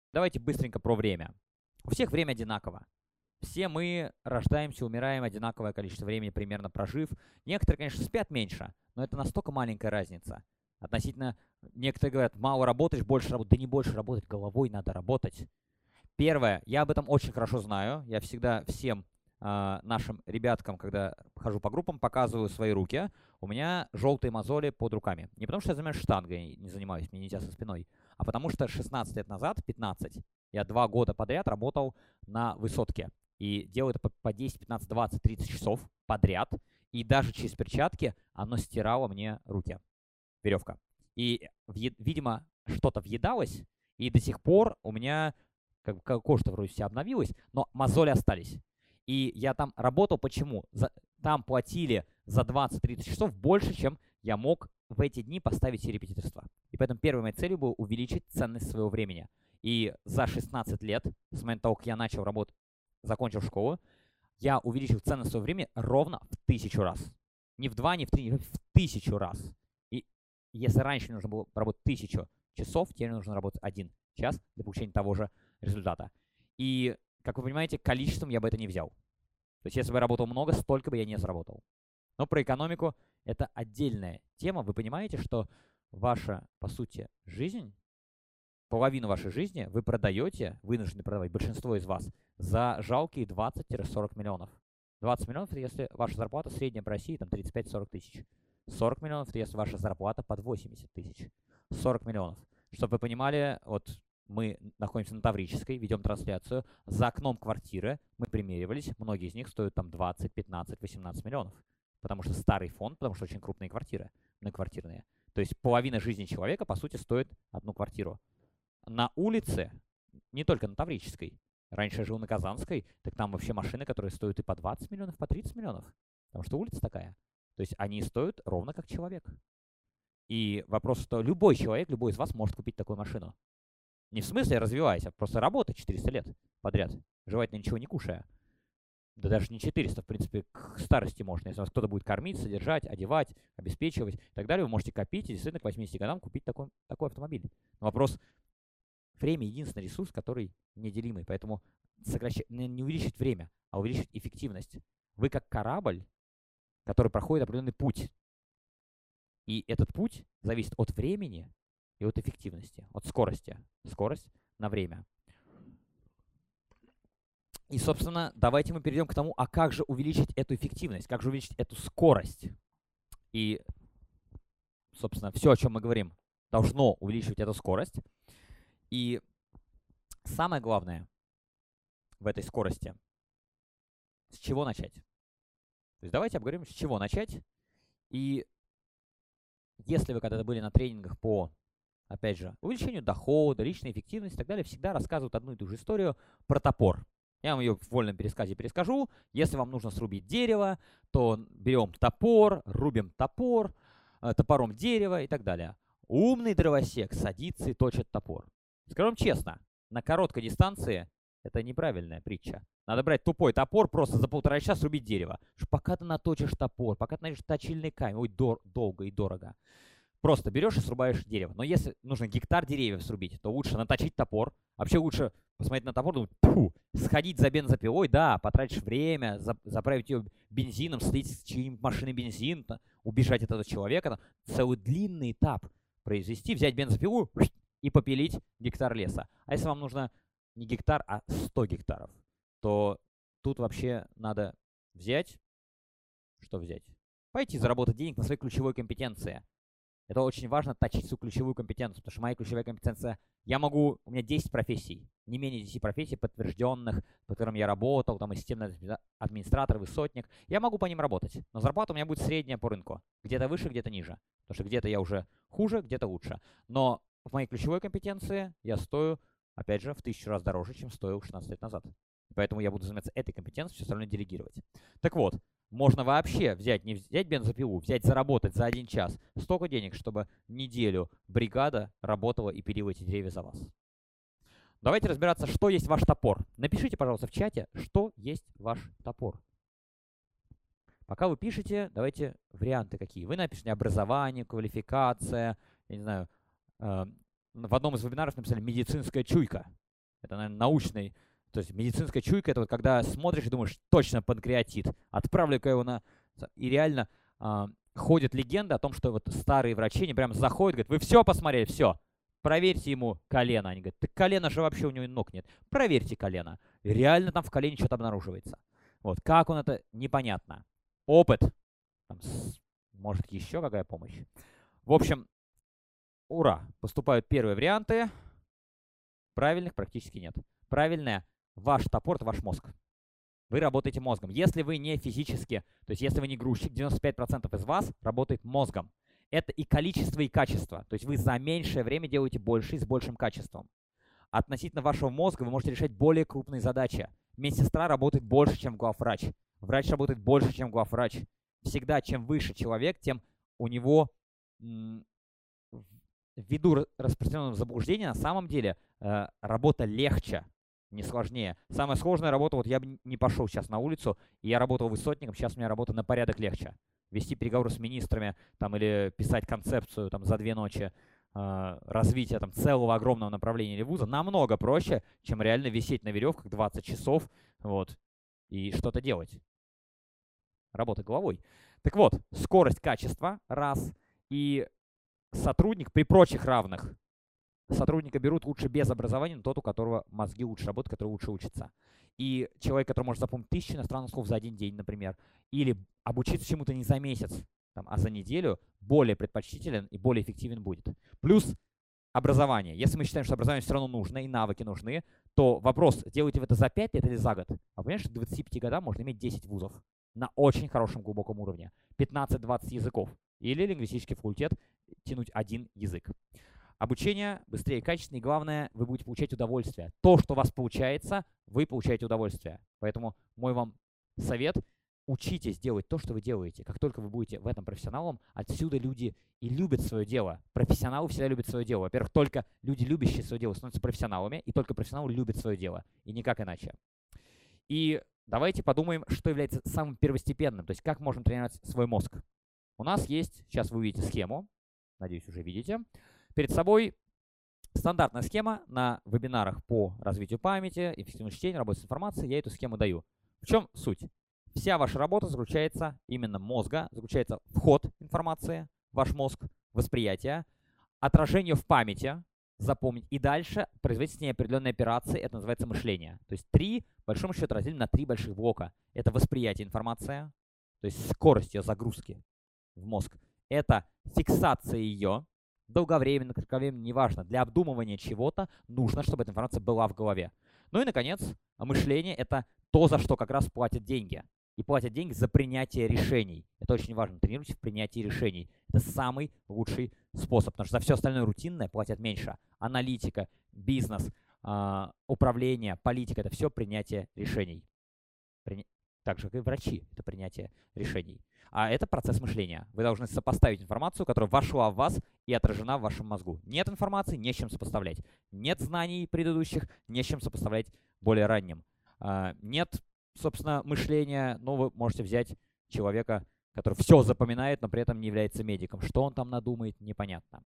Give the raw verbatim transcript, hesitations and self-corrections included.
Давайте быстренько про время. У всех время одинаково. Все мы рождаемся, умираем одинаковое количество времени, примерно прожив. Некоторые, конечно, спят меньше, но это настолько маленькая разница. Относительно, некоторые говорят, мало работаешь, больше работать. Да не больше работать, головой надо работать. Первое, я об этом очень хорошо знаю. Я всегда всем э, нашим ребяткам, когда хожу по группам, показываю свои руки. У меня желтые мозоли под руками. Не потому что я занимаюсь штангой, не занимаюсь, мне нельзя со спиной, а потому что шестнадцать лет назад, пятнадцать, я два года подряд работал на высотке. И делал это по десять, пятнадцать, двадцать, тридцать часов подряд. И даже через перчатки оно стирало мне руки. Веревка. И, видимо, что-то въедалось, и до сих пор у меня как бы кожа вроде вся обновилась, но мозоли остались. И я там работал. Почему? За, там платили за двадцать-тридцать часов больше, чем я мог в эти дни поставить себе репетиторство. И поэтому первой моей целью было увеличить ценность своего времени. И за шестнадцать лет, с момента того, как я начал работать, закончил школу, я увеличил ценность своего времени ровно в тысячу раз. Не в два, не в три, в тысячу раз. И если раньше мне нужно было работать тысячу часов, теперь мне нужно работать один час для получения того же результата. И, как вы понимаете, количеством я бы это не взял. То есть, если бы я работал много, столько бы я не заработал. Но про экономику это отдельная тема. Вы понимаете, что ваша, по сути, жизнь, половину вашей жизни вы продаете, вынуждены продавать, большинство из вас, за жалкие двадцать-сорок миллионов. двадцать миллионов, это если ваша зарплата средняя по России, там тридцать пять-сорок тысяч. сорок миллионов, это если ваша зарплата под восемьдесят тысяч. сорок миллионов. Чтобы вы понимали, вот мы находимся на Таврической, ведем трансляцию. За окном квартиры мы примеривались. Многие из них стоят там двадцать, пятнадцать, восемнадцать миллионов. Потому что старый фонд, потому что очень крупные квартиры, многоквартирные. То есть половина жизни человека, по сути, стоит одну квартиру. На улице, не только на Таврической, раньше я жил на Казанской, так там вообще машины, которые стоят и по двадцать миллионов, по тридцать миллионов. Потому что улица такая. То есть они стоят ровно как человек. И вопрос, что любой человек, любой из вас может купить такую машину. Не в смысле развиваясь, а просто работать четыреста лет подряд, желательно ничего не кушая. Да даже не четыреста, в принципе, к старости можно. Если вас кто-то будет кормить, содержать, одевать, обеспечивать и так далее, вы можете копить и действительно к восьмидесяти годам купить такой, такой автомобиль. Но вопрос, время — единственный ресурс, который неделимый. Поэтому сокращать, не увеличить время, а увеличить эффективность. Вы как корабль, который проходит определенный путь. И этот путь зависит от времени и от эффективности, от скорости. Скорость на время. И, собственно, давайте мы перейдем к тому, а как же увеличить эту эффективность, как же увеличить эту скорость. И, собственно, все, о чем мы говорим, должно увеличивать эту скорость. И самое главное в этой скорости, с чего начать? То есть давайте обговорим, с чего начать. И если вы когда-то были на тренингах по, опять же, увеличению дохода, личной эффективности и так далее, всегда рассказывают одну и ту же историю про топор. Я вам ее в вольном пересказе перескажу. Если вам нужно срубить дерево, то берем топор, рубим топор, топором дерево и так далее. Умный дровосек садится и точит топор. Скажем честно, на короткой дистанции это неправильная притча. Надо брать тупой топор, просто за полтора часа срубить дерево. Пока ты наточишь топор, пока ты найдешь точильный камень, ой, дор долго и дорого. Просто берешь и срубаешь дерево. Но если нужно гектар деревьев срубить, то лучше наточить топор. Вообще лучше посмотреть на топор, думать, фу, сходить за бензопилой, да, потратишь время, заправить ее бензином, слить с чьей-нибудь машины бензин, убежать от этого человека. Целый длинный этап произвести, взять бензопилу и попилить гектар леса. А если вам нужно не гектар, а сто гектаров, то тут вообще надо взять, что взять? Пойти заработать денег на своей ключевой компетенции. Это очень важно, точить свою ключевую компетенцию, потому что моя ключевая компетенция, я могу, у меня десять профессий, не менее десяти профессий подтвержденных, по которым я работал, там и системный администратор, высотник, я могу по ним работать, но зарплата у меня будет средняя по рынку, где-то выше, где-то ниже, потому что где-то я уже хуже, где-то лучше, но в моей ключевой компетенции я стою, опять же, в тысячу раз дороже, чем стоил шестнадцать лет назад. Поэтому я буду заниматься этой компетенцией, все остальное делегировать. Так вот, можно вообще взять, не взять бензопилу, взять заработать за один час столько денег, чтобы неделю бригада работала и пилила эти деревья за вас. Давайте разбираться, что есть ваш топор. Напишите, пожалуйста, в чате, что есть ваш топор. Пока вы пишете, давайте варианты какие. Вы напишите образование, квалификация, я не знаю, э, в одном из вебинаров написали медицинская чуйка. Это, наверное, научный, то есть медицинская чуйка, это вот когда смотришь и думаешь, точно панкреатит, отправлю-ка его на... И реально э, ходит легенда о том, что вот старые врачи, они прям заходят, говорят, вы все посмотрели, все, проверьте ему колено. Они говорят, так колено же вообще у него ног нет. Проверьте колено. И реально там в колене что-то обнаруживается. Вот, как он это, непонятно. Опыт. Там, с, может, еще какая помощь. В общем, ура, поступают первые варианты. Правильных практически нет. Правильное, ваш топор – это ваш мозг. Вы работаете мозгом. Если вы не физически, то есть если вы не грузчик, девяносто пять процентов из вас работает мозгом. Это и количество, и качество. То есть вы за меньшее время делаете больше и с большим качеством. Относительно вашего мозга вы можете решать более крупные задачи. Медсестра работает больше, чем главврач. Врач работает больше, чем главврач. Всегда, чем выше человек, тем у него, ввиду распространенного заблуждения, на самом деле э, работа легче, не сложнее. Самая сложная работа, вот я бы не пошел сейчас на улицу, и я работал высотником, сейчас у меня работа на порядок легче. Вести переговоры с министрами там, или писать концепцию там, за две ночи э, развития там, целого огромного направления или вуза намного проще, чем реально висеть на веревках двадцать часов вот, и что-то делать. Работа головой. Так вот, скорость, качество, раз, и сотрудник при прочих равных. Сотрудника берут лучше без образования, но тот, у которого мозги лучше работают, который лучше учится. И человек, который может запомнить тысячу иностранных слов за один день, например, или обучиться чему-то не за месяц, там, а за неделю, более предпочтителен и более эффективен будет. Плюс образование. Если мы считаем, что образование все равно нужно и навыки нужны, то вопрос, делаете вы это за пять лет или за год? А понимаешь, что к двадцати пяти годам можно иметь десять вузов на очень хорошем глубоком уровне, пятнадцать-двадцать языков. Или лингвистический факультет, тянуть один язык. Обучение быстрее и качественнее, и главное, вы будете получать удовольствие. То, что у вас получается, вы получаете удовольствие. Поэтому мой вам совет – учитесь делать то, что вы делаете. Как только вы будете в этом профессионалом, отсюда люди и любят свое дело. Профессионалы всегда любят свое дело. Во-первых, только люди, любящие свое дело, становятся профессионалами, и только профессионалы любят свое дело. И никак иначе. И давайте подумаем, что является самым первостепенным, то есть как можем тренировать свой мозг. У нас есть, сейчас вы увидите схему, надеюсь, уже видите. Перед собой стандартная схема на вебинарах по развитию памяти, эффективному чтению, работе с информацией. Я эту схему даю. В чем суть? Вся ваша работа заключается, именно мозга, заключается вход информации, ваш мозг, восприятие, отражение в памяти, запомнить, и дальше производить с ней определенные операции, это называется мышление. То есть три, по большому счету, разделим на три больших блока. Это восприятие информации, то есть скорость ее загрузки в мозг. Это фиксация ее, долговременно, кратковременно, неважно. Для обдумывания чего-то нужно, чтобы эта информация была в голове. Ну и, наконец, мышление – это то, за что как раз платят деньги. И платят деньги за принятие решений. Это очень важно. Тренируйтесь в принятии решений. Это самый лучший способ, потому что за все остальное рутинное платят меньше. Аналитика, бизнес, управление, политика – это все принятие решений. Так же, как и врачи – это принятие решений. А это процесс мышления. Вы должны сопоставить информацию, которая вошла в вас и отражена в вашем мозгу. Нет информации – не с чем сопоставлять. Нет знаний предыдущих – не с чем сопоставлять более ранним. Нет, собственно, мышления, но вы можете взять человека, который все запоминает, но при этом не является медиком. Что он там надумает, непонятно.